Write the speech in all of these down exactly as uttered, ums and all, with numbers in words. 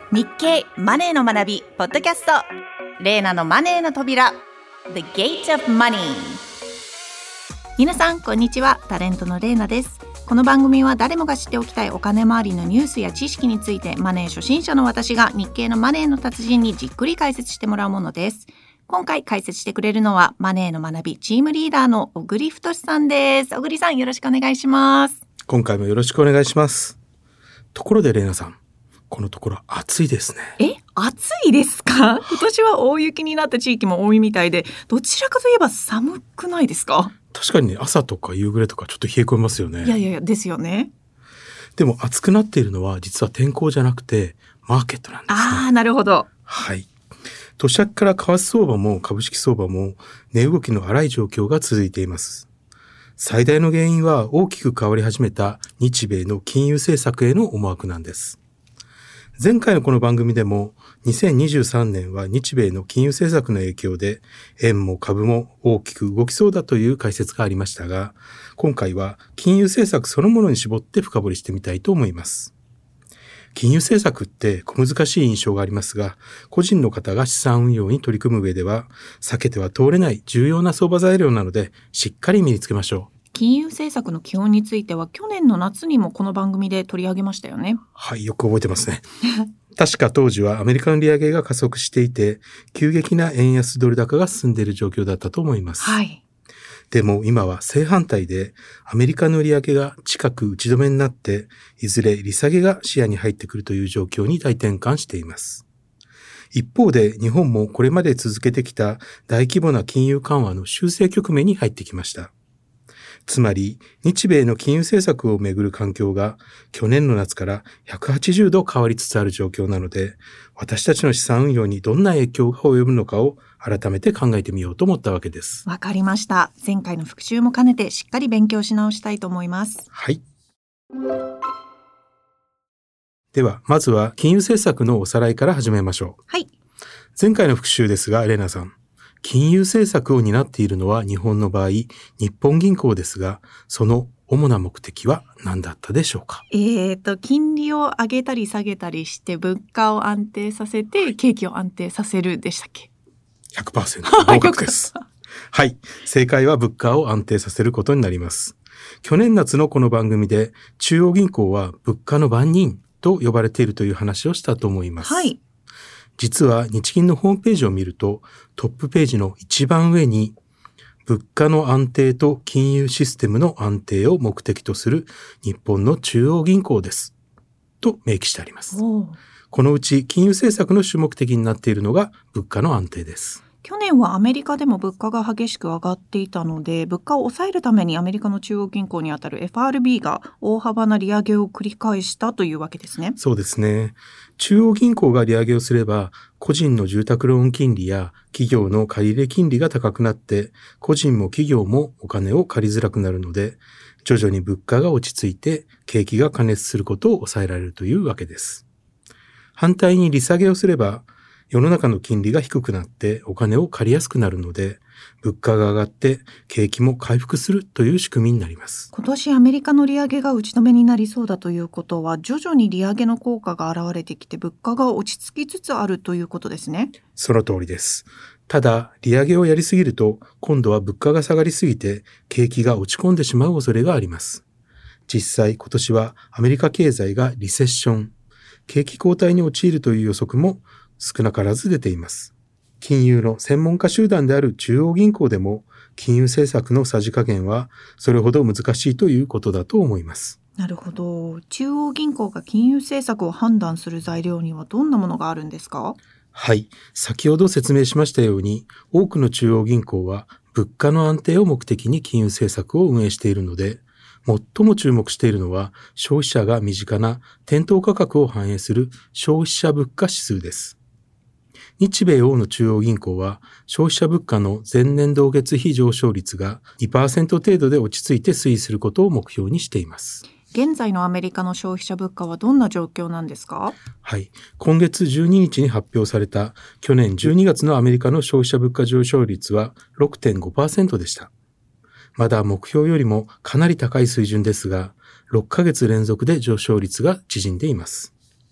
日経マネーの学びポッドキャスト、レイナのマネーの扉 The Gate of Money。 皆さんこんにちは、タレントのレイナです。この番組は誰もが知っておきたいお金周りのニュースや知識について、マネー初心者の私が日経のマネーの達人にじっくり解説してもらうものです。今回解説してくれるのはマネーの学びチームリーダーの小栗太さんです。小栗さん、よろしくお願いします。 今回もよろしくお願いします。ところでレイナさん、このところ暑いですね。 え、暑いですか？今年は大雪になった地域も多いみたいで、どちらかといえば寒くないですか？ 確かにね、朝とか夕暮れとかちょっと冷え込みますよね。 いやいやいや、ですよね。 でも暑くなっているのは実は天候じゃなくてマーケットなんですね。 ああ、なるほど。 はい。年明けから為替相場も株式相場も値動きの荒い状況が続いています。最大の原因は大きく変わり始めた日米の金融政策への思惑なんです。前回のこの番組でもにせんにじゅうさんねんは日米の金融政策の影響で円も株も大きく動きそうだという解説がありましたが、今回は金融政策そのものに絞って深掘りしてみたいと思います。金融政策って小難しい印象がありますが、個人の方が資産運用に取り組む上では避けては通れない重要な相場材料なので、しっかり身につけましょう。 金融政策の基本については去年の夏にもこの番組で取り上げましたよね。 はい、よく覚えてますね。確か当時はアメリカの利上げが加速していて、急激な円安ドル高が進んでいる状況だったと思います。 はい。 でも今は正反対で、アメリカの利上げが近く打ち止めになって、いずれ利下げが視野に入ってくるという状況に大転換しています。一方で日本もこれまで続けてきた大規模な金融緩和の修正局面に入ってきました。つまり日米の金融政策をめぐる環境が去年の夏からひゃくはちじゅうど変わりつつある状況なので、私たちの資産運用にどんな影響が及ぶのかを改めて考えてみようと思ったわけです。 わかりました。前回の復習も兼ねてしっかり勉強し直したいと思います。 はい。ではまずは金融政策のおさらいから始めましょう。 はい。 前回の復習ですが、レナさん、金融政策を担っているのは日本の場合、日本銀行ですが、その主な目的は何だったでしょうか？ えーと、金利を上げたり下げたりして物価を安定させて、景気を安定させるでしたっけ？ ひゃくパーセント 合格です。はい。正解は物価を安定させることになります。去年夏のこの番組で、中央銀行は物価の番人と呼ばれているという話をしたと思います。 はい。 実は日銀のホームページを見ると、トップページの一番上に、物価の安定と金融システムの安定を目的とする日本の中央銀行です。と明記してあります。このうち金融政策の主目的になっているのが物価の安定です。 去年はアメリカでも物価が激しく上がっていたので、物価を抑えるためにアメリカの中央銀行にあたる エフアールビー が大幅な利上げを繰り返したというわけですね。 そうですね。中央銀行が利上げをすれば、個人の住宅ローン金利や企業の借入金利が高くなって、個人も企業もお金を借りづらくなるので、徐々に物価が落ち着いて景気が過熱することを抑えられるというわけです。反対に利下げをすれば、世の中の金利が低くなってお金を借りやすくなるので、物価が上がって景気も回復するという仕組みになります。 今年アメリカの利上げが打ち止めになりそうだということは、徐々に利上げの効果が現れてきて物価が落ち着きつつあるということですね。 その通りです。ただ、利上げをやりすぎると、今度は物価が下がりすぎて景気が落ち込んでしまう恐れがあります。実際今年はアメリカ経済がリセッション、景気後退に陥るという予測も少なからず出ています。金融の専門家集団である中央銀行でも金融政策のさじ加減はそれほど難しいということだと思います。 なるほど。中央銀行が金融政策を判断する材料にはどんなものがあるんですか？ はい。先ほど説明しましたように、多くの中央銀行は物価の安定を目的に金融政策を運営しているので、最も注目しているのは消費者が身近な店頭価格を反映する消費者物価指数です。日米欧の中央銀行は消費者物価の前年同月比上昇率が にパーセント 程度で落ち着いて推移することを目標にしています。 現在のアメリカの消費者物価はどんな状況なんですか？ はい。今月じゅうににちに発表された去年じゅうにがつのアメリカの消費者物価上昇率は ろくてんごパーセント でした。まだ目標よりもかなり高い水準ですが、ろっかげつ連続で上昇率が縮んでいます。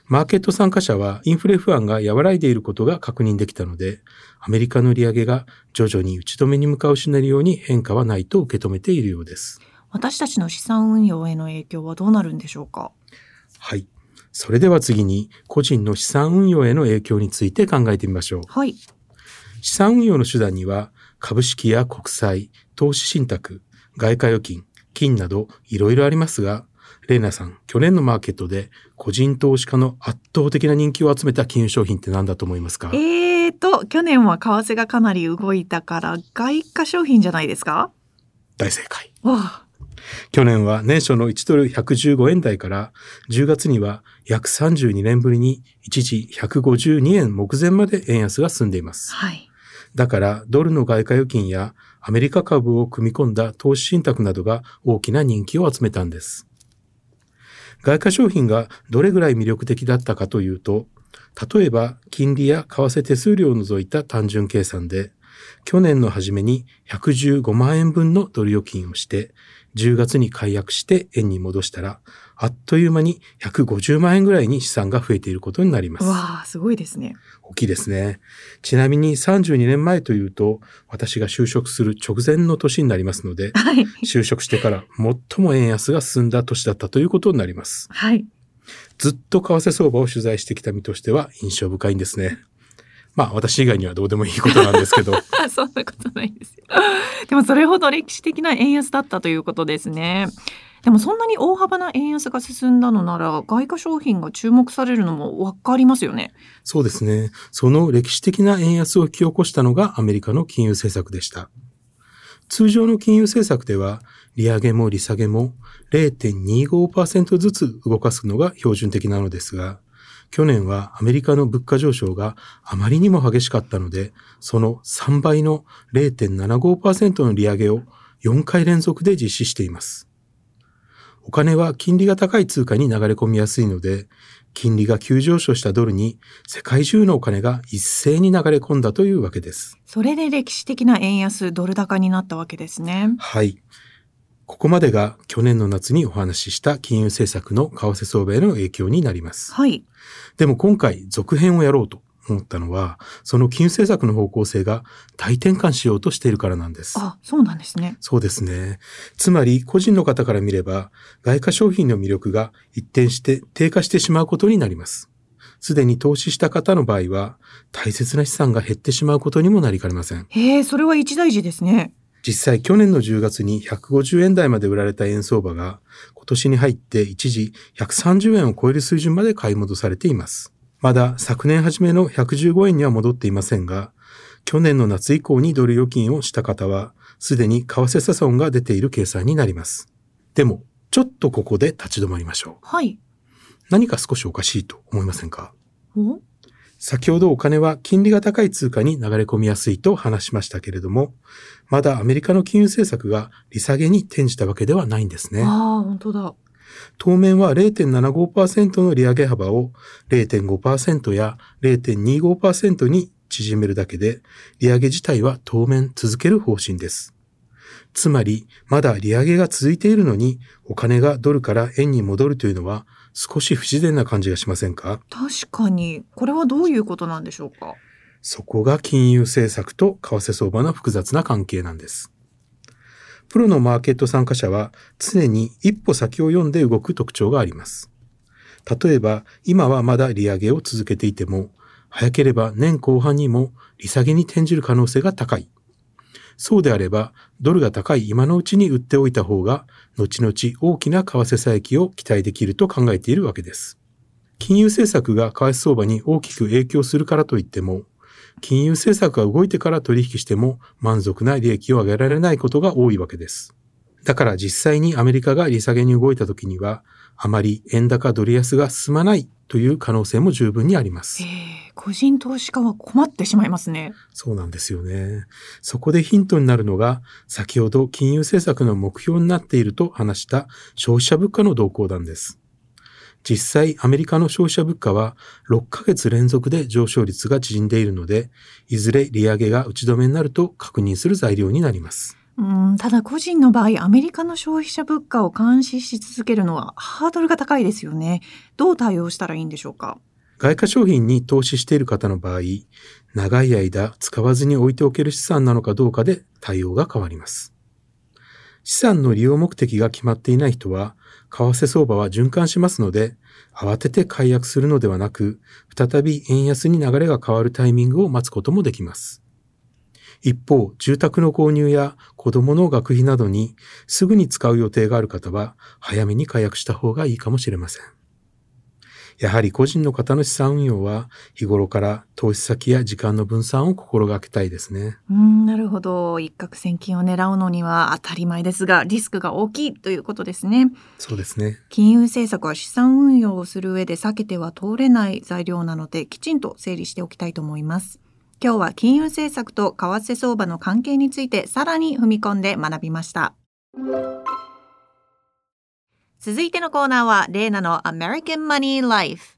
マーケット参加者はインフレ不安が和らいでいることが確認できたので、アメリカの利上げが徐々に打ち止めに向かうシナリオに変化はないと受け止めているようです。 私たちの資産運用への影響はどうなるんでしょうか？ はい。それでは次に個人の資産運用への影響について考えてみましょう。 はい。 資産運用の手段には株式や国債、投資信託、外貨預金、金などいろいろありますが、レイナさん、去年のマーケットで個人投資家の圧倒的な人気を集めた金融商品って何だと思いますか？ えーと、去年は為替がかなり動いたから外貨商品じゃないですか？ 大正解。 わあ。 去年は年初のいちドルひゃくじゅうごえん台からじゅうがつには約さんじゅうにねんぶりに一時ひゃくごじゅうにえん目前まで円安が進んでいます。 はい。 だからドルの外貨預金やアメリカ株を組み込んだ投資信託などが大きな人気を集めたんです。外貨商品がどれぐらい魅力的だったかというと、例えば金利や為替手数料を除いた単純計算で、去年の初めにひゃくじゅうごまんえんぶんのドル預金をして、じゅうがつに解約して円に戻したら、あっという間にひゃくごじゅうまんえんぐらいに資産が増えていることになります。 わあ、すごいですね。 大きいですね。ちなみにさんじゅうにねんまえというと、私が就職する直前の年になりますので、 はい。 就職してから最も円安が進んだ年だったということになります。 はい。 ずっと為替相場を取材してきた身としては印象深いんですね。まあ私以外にはどうでもいいことなんですけど。 そんなことないですよ。でもそれほど歴史的な円安だったということですね。でもそんなに大幅な円安が進んだのなら外貨商品が注目されるのもわかりますよね。 そうですね。その歴史的な円安を引き起こしたのがアメリカの金融政策でした。通常の金融政策では利上げも利下げも れいてんにごパーセント ずつ動かすのが標準的なのですが、去年はアメリカの物価上昇があまりにも激しかったので、そのさんばいの れいてんななごパーセント の利上げをよんかい連続で実施しています。お金は金利が高い通貨に流れ込みやすいので、金利が急上昇したドルに世界中のお金が一斉に流れ込んだというわけです。 それで歴史的な円安ドル高になったわけですね。 はい。ここまでが去年の夏にお話しした金融政策の為替相場への影響になります。 はい。 でも今回続編をやろうと思ったのは、その金融政策の方向性が大転換しようとしているからなんです。 あ、そうなんですね。 そうですね。つまり個人の方から見れば、外貨商品の魅力が一転して低下してしまうことになります。すでに投資した方の場合は、大切な資産が減ってしまうことにもなりかねません。 へえ、それは一大事ですね。 実際去年のじゅうがつにひゃくごじゅうえん台まで売られた円相場が今年に入って一時ひゃくさんじゅうえんを超える水準まで買い戻されています。まだ昨年初めのひゃくじゅうごえんには戻っていませんが、去年の夏以降にドル預金をした方はすでに為替差損が出ている計算になります。でもちょっとここで立ち止まりましょう。 はい。 何か少しおかしいと思いませんか？ お？ 先ほどお金は金利が高い通貨に流れ込みやすいと話しましたけれども、まだアメリカの金融政策が利下げに転じたわけではないんですね。 ああ、本当だ。 当面は れいてんななごパーセント の利上げ幅を れいてんごパーセント や れいてんにごパーセント に縮めるだけで、利上げ自体は当面続ける方針です。つまり、まだ利上げが続いているのに、お金がドルから円に戻るというのは少し不自然な感じがしませんか？ 確かに。これはどういうことなんでしょうか？ そこが金融政策と為替相場の複雑な関係なんです。プロのマーケット参加者は常に一歩先を読んで動く特徴があります。例えば、今はまだ利上げを続けていても、早ければ年後半にも利下げに転じる可能性が高い。そうであれば、ドルが高い今のうちに売っておいた方が、後々大きな為替差益を期待できると考えているわけです。金融政策が為替相場に大きく影響するからといっても、金融政策が動いてから取引しても満足な利益を上げられないことが多いわけです。だから実際にアメリカが利下げに動いたときには、あまり円高ドル安が進まないという可能性も十分にあります。 へえ、個人投資家は困ってしまいますね。 そうなんですよね。そこでヒントになるのが、先ほど金融政策の目標になっていると話した消費者物価の動向なんです。実際アメリカの消費者物価はろっかげつ連続で上昇率が縮んでいるので、いずれ利上げが打ち止めになると確認する材料になります。 うん、ただ個人の場合、アメリカの消費者物価を監視し続けるのはハードルが高いですよね。どう対応したらいいんでしょうか。 外貨商品に投資している方の場合、長い間使わずに置いておける資産なのかどうかで対応が変わります。資産の利用目的が決まっていない人は、為替相場は循環しますので、慌てて解約するのではなく、再び円安に流れが変わるタイミングを待つこともできます。一方、住宅の購入や子供の学費などにすぐに使う予定がある方は、早めに解約した方がいいかもしれません。やはり個人の方の資産運用は、日頃から投資先や時間の分散を心がけたいですね。 うん、なるほど。一攫千金を狙うのには当たり前ですが、リスクが大きいということですね。 そうですね。 金融政策は資産運用をする上で避けては通れない材料なので、きちんと整理しておきたいと思います。今日は金融政策と為替相場の関係についてさらに踏み込んで学びました。続いてのコーナーはレイナの American Money Life。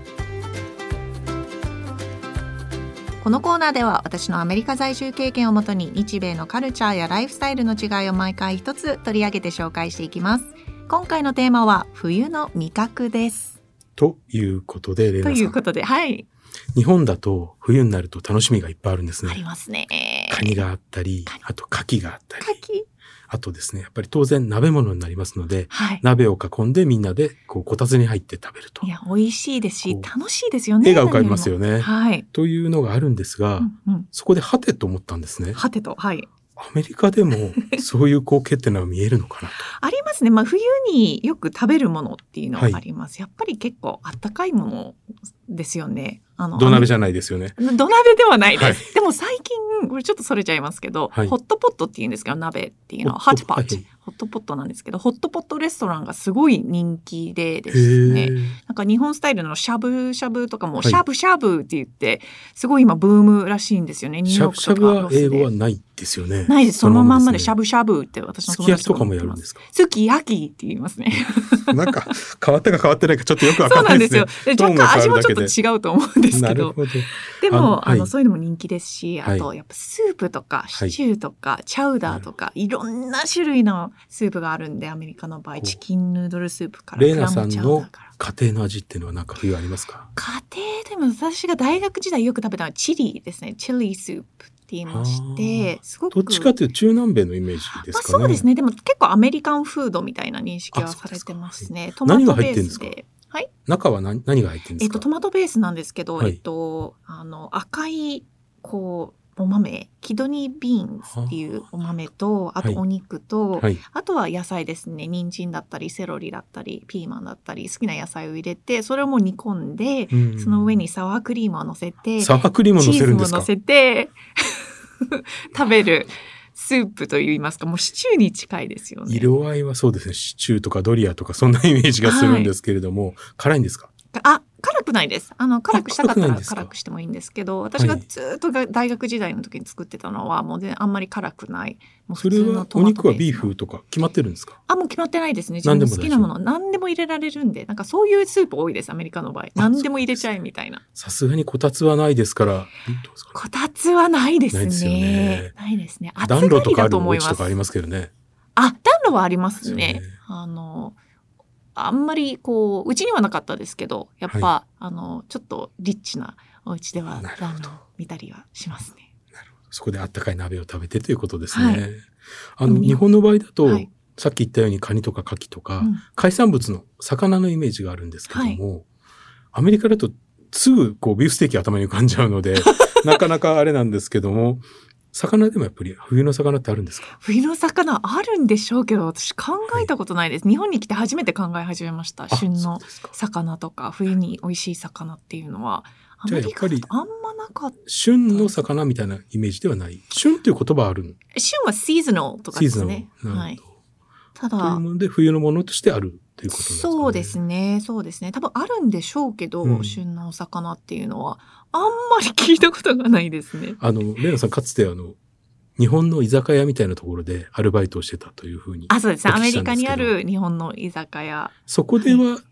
このコーナーでは私のアメリカ在住経験をもとに日米のカルチャーやライフスタイルの違いを毎回一つ取り上げて紹介していきます。今回のテーマは冬の味覚です。 ということでレイナさん、 ということで、はい、 日本だと冬になると楽しみがいっぱいあるんですね。 ありますね。 カニがあったり、あと牡蠣があったり、 牡蠣、 あとですね、やっぱり当然鍋物になりますので、 はい、 鍋を囲んでみんなでこうこたつに入って食べると。 いや美味しいですし楽しいですよね。 絵が浮かびますよね。 はい、 というのがあるんですが、 うんうん、 そこではてと思ったんですね。 はてと、はい。 アメリカでもそういう光景ってのは見えるのかなと。 ありますね。まあ冬によく食べるものっていうのはあります。はい、やっぱり結構あったかいものですよね。あの土鍋じゃないですよね。 土鍋ではないです。 はい、 でも最近これちょっとそれちゃいますけど、はい、ホットポットっていうんですけど、鍋っていうのはホットポット、ホットポットなんですけど、ホットポットレストランがすごい人気でですね。なんか日本スタイルのしゃぶしゃぶとかも、はい、しゃぶしゃぶって言ってすごい今ブームらしいんですよね。ニューヨークとかしゃぶしゃぶは英語はないですよね。 ないです。そのまんまでしゃぶしゃぶって私の友達とかすき焼きとかもやるんですか。 すき焼きって言いますね。 なんか変わったか変わってないかちょっとよくわかんないですね。 そうなんですよ。若干味もちょっと違うと思うんですけど。 なるほど。 でもあの、 はい、 あのそういうのも人気ですし、あとはい、 やっぱスープとかシチューとか、はい、チャウダーとか、いろんな種類のスープがあるんで、アメリカの場合チキンヌードルスープからレイナさんの家庭の味っていうのは何か冬ありますか。 家庭でも私が大学時代よく食べたのはチリですね。チリスープって言いまして、すごくどっちかというと中南米のイメージですかね。 まあ、そうですね。でも結構アメリカンフードみたいな認識はされてますね。 トマトベースで何が入ってるんですか。 はい、 中は何、何が入ってるんですか。 えっと、トマトベースなんですけど、 はい、 えっと、あの赤いこうお豆、キドニービーンズっていうお豆と、あとお肉と、 はい、 あとは野菜ですね。人参だったりセロリだったりピーマンだったり好きな野菜を入れて、それをもう煮込んで、うん、その上にサワークリームを乗せて、 サワークリームを乗せるんですか。 チーズも乗せて食べるスープといいますか、もうシチューに近いですよね。 色合いはそうですね。シチューとかドリアとかそんなイメージがするんですけれども、はい、辛いんですか。 あ、辛くないです。あの辛くしたかったら辛くしてもいいんですけど、私がずっと大学時代の時に作ってたのはもうあんまり辛くない。もう普通のトマトベースの。 それはお肉はビーフとか決まってるんですか。 あ、もう決まってないですね。自分の好きなもの何でも入れられるんで、なんかそういうスープ多いです。アメリカの場合、何でも入れちゃえみたいな。 さすがにこたつはないですから。どうですかね、 こたつはないですね。 ないですよね。 ないですね。 暖炉とかあるお家とかありますけどね。 あ、暖炉はありますね。すねあの。あんまりこううちにはなかったですけど、やっぱ、はい、あのちょっとリッチなお家では暖炉見たりはしますね。 なるほど。そこであったかい鍋を食べてということですね。はい、あの日本の場合だと、 はい、 さっき言ったようにカニとかカキとか、 うん、 海産物の魚のイメージがあるんですけども、はい、アメリカだとすぐこうビーフステーキ頭に浮かんじゃうのでなかなかあれなんですけども。魚でもやっぱり冬の魚ってあるんですか。 冬の魚あるんでしょうけど、私考えたことないです。はい、日本に来て初めて考え始めました。旬の魚とか冬に美味しい魚っていうのはアメリカだとあんまなかった。 旬の魚みたいなイメージではない。旬っていう言葉あるの。 旬はシーズナルとかですね。はい。ただというので冬のものとしてあるということなんですかね。 そうですね、そうですね。多分あるんでしょうけど、うん、旬のお魚っていうのはあんまり聞いたことがないですね。 あのレイナさんかつてあの日本の居酒屋みたいなところでアルバイトをしてたというふうに。 あ、そうですね。アメリカにある日本の居酒屋。 そこでは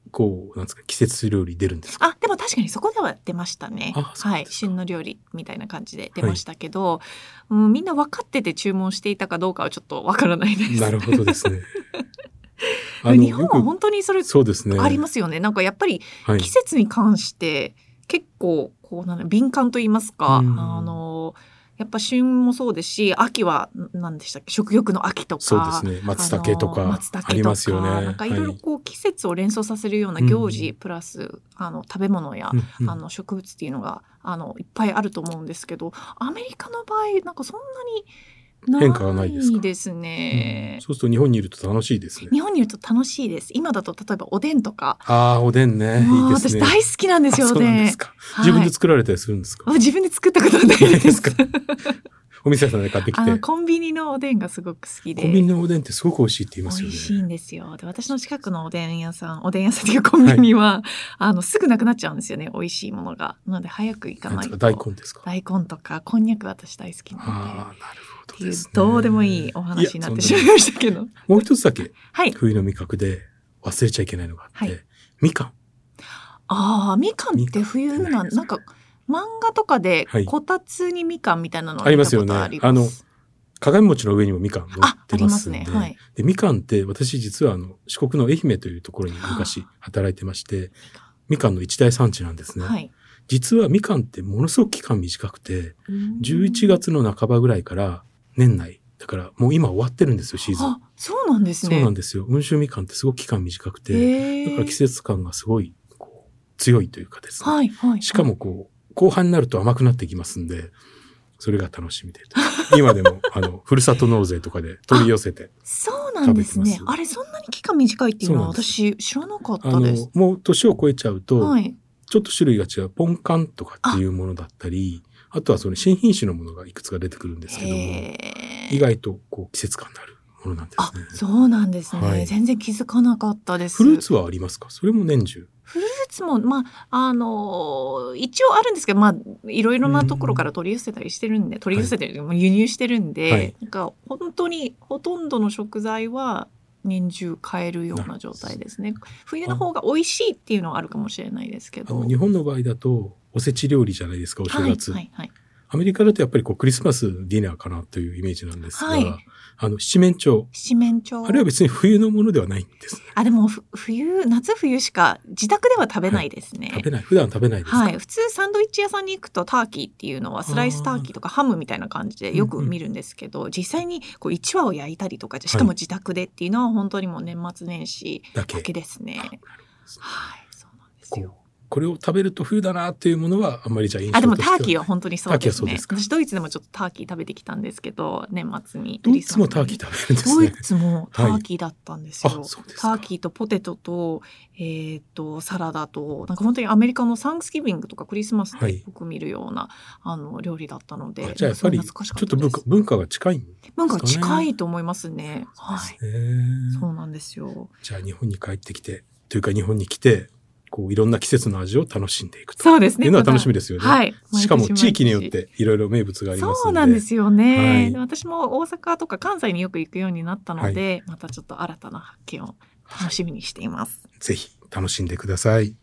こうなんですか季節料理出るんですか？ あ、でも確かにそこでは出ましたね。 あ、そうはい、 ですか。 旬の料理みたいな感じで出ましたけど、はい、うん、みんな分かってて注文していたかどうかはちょっとわからないです。 なるほどですね。 あの日本は本当にそれそうですね、 ありますよね。なんかやっぱり季節に関して結構こうなん敏感と言いますか、あのやっぱ旬もそうですし、秋は何でしたっけ、食欲の秋とか、 そうですね、松茸とか松茸とかありますよね。 なんかいろいろこう季節を連想させるような行事、うん、プラスあの食べ物や、うんうん、あの植物っていうのがあのいっぱいあると思うんですけど、アメリカの場合なんかそんなに変化はないですか？ ないですね、 うん、そうすると日本にいると楽しいですね。 日本にいると楽しいです。今だと例えばおでんとか、 あーおでんね、いいですね。 私大好きなんですよ。おでんですか、 はい、自分で作られたりするんですか？ 自分で作ったことはないですか？ お店屋さんで買ってきて。 あのコンビニのおでんがすごく好きで。 コンビニのおでんってすごく美味しいって言いますよね。 美味しいんですよ。で、私の近くのおでん屋さん、おでん屋さんっていうコンビニは、はい、あのすぐなくなっちゃうんですよね。美味しいものが。なので早く行かないと。 大根ですか？ 大根とかこんにゃく私大好きなので。 ああ、なるほどですね。 どうでもいいお話になってしまいましたけど。 もう一つだけ、 はい、 冬の味覚で忘れちゃいけないのがあって、はい、みかん。 ああ、みかんって冬な、なんか漫画とかでこたつにみかんみたいなのありますよね。あの鏡餅の上にもみかん乗ってますんで、あ、ありますね、はい、でみかんって私実はあの四国の愛媛というところに昔働いてまして、みかんの一大産地なんですね。はい、実はみかんってものすごく期間短くて、じゅういちがつの半ばぐらいから年内だからもう今終わってるんですよ、シーズン。 あ、そうなんですね。 そうなんですよ。温州みかんってすごく期間短くて、だから季節感がすごいこう強いというかですね。はいはいはい、しかもこう後半になると甘くなってきますんで。それが楽しみで今でもあのふるさと納税とかで取り寄せてそうなんですね。あれそんなに期間短いっていうのは私知らなかったです。 あのもう年を超えちゃうと、はい、ちょっと種類が違うポンカンとかっていうものだったり あ, あとはその新品種のものがいくつか出てくるんですけども、意外とこう季節感のあるものなんですね。 あ、そうなんですね、はい、全然気づかなかったです。 フルーツはありますか？それも年中。 フルーツも、まあ、あのー、一応あるんですけど、まあ、いろいろなところから取り寄せたりしてるんで、取り寄せてる、はい、輸入してるんで、はい、なんか本当にほとんどの食材は年中買えるような状態ですね。冬の方が美味しいっていうのはあるかもしれないですけど。 あの日本の場合だとおせち料理じゃないですか、お正月。 はいはいはい、 アメリカだとやっぱりこうクリスマスディナーかなというイメージなんですが、はい、あの七面鳥。 七面鳥。 あれは別に冬のものではないんですね。 あ、でも冬、夏冬しか自宅では食べないですね。 はい、食べない。普段食べないですか？ はい。普通サンドイッチ屋さんに行くとターキーっていうのはスライスターキーとかハムみたいな感じでよく見るんですけど、うんうん、実際にこういちわを焼いたりとか、しかも自宅でっていうのは本当にもう年末年始だけですね。はい。そうなんですよ。 これを食べると冬だなっていうものはあんまりじゃ印象としては。 あ、でもターキーは本当にそうですね。 ターキーはそうですか。 私ドイツでもちょっとターキー食べてきたんですけど、年末に。 ドイツもターキー食べるんですね。 ドイツもターキーだったんですよ。 はい、そうですか。ターキーとポテトと、えー、とサラダと、なんか本当にアメリカのサンクスギビングとかクリスマスでよく見るような、はい、あの料理だったので、 じゃあやっぱりちょっと文化、文化が近いんですかね。 文化が近いと思いますね。 はい。 そうなんですよ。 じゃあ日本に帰ってきてというか日本に来て。こういろんな季節の味を楽しんでいくとそうですね。 いうのは楽しみですよね。 はい。 しかも地域によっていろいろ名物がありますので。 そうなんですよね。はい、私も大阪とか関西によく行くようになったので、はい、またちょっと新たな発見を楽しみにしています。 はい、ぜひ楽しんでください。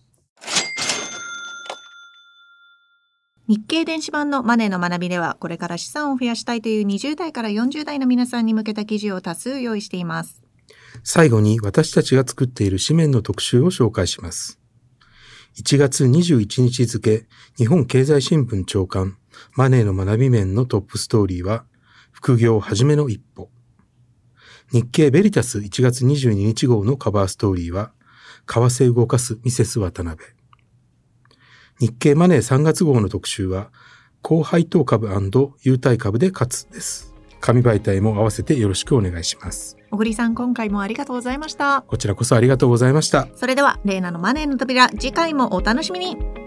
日経電子版のマネーの学びでは、これから資産を増やしたいというにじゅう代からよんじゅう代の皆さんに向けた記事を多数用意しています。 最後に私たちが作っている紙面の特集を紹介します。いちがつにじゅういちにち付、日本経済新聞朝刊マネーの学び面のトップストーリーは、副業はじめの一歩。日経ベリタスいちがつにじゅうににち号のカバーストーリーは、為替動かすミセス渡辺。日経マネーさんがつ号の特集は、高配当株&優待株で勝つです。紙媒体も合わせてよろしくお願いします。 小栗さん、今回もありがとうございました。 こちらこそありがとうございました。 それでは、レイナのマネーの扉、次回もお楽しみに。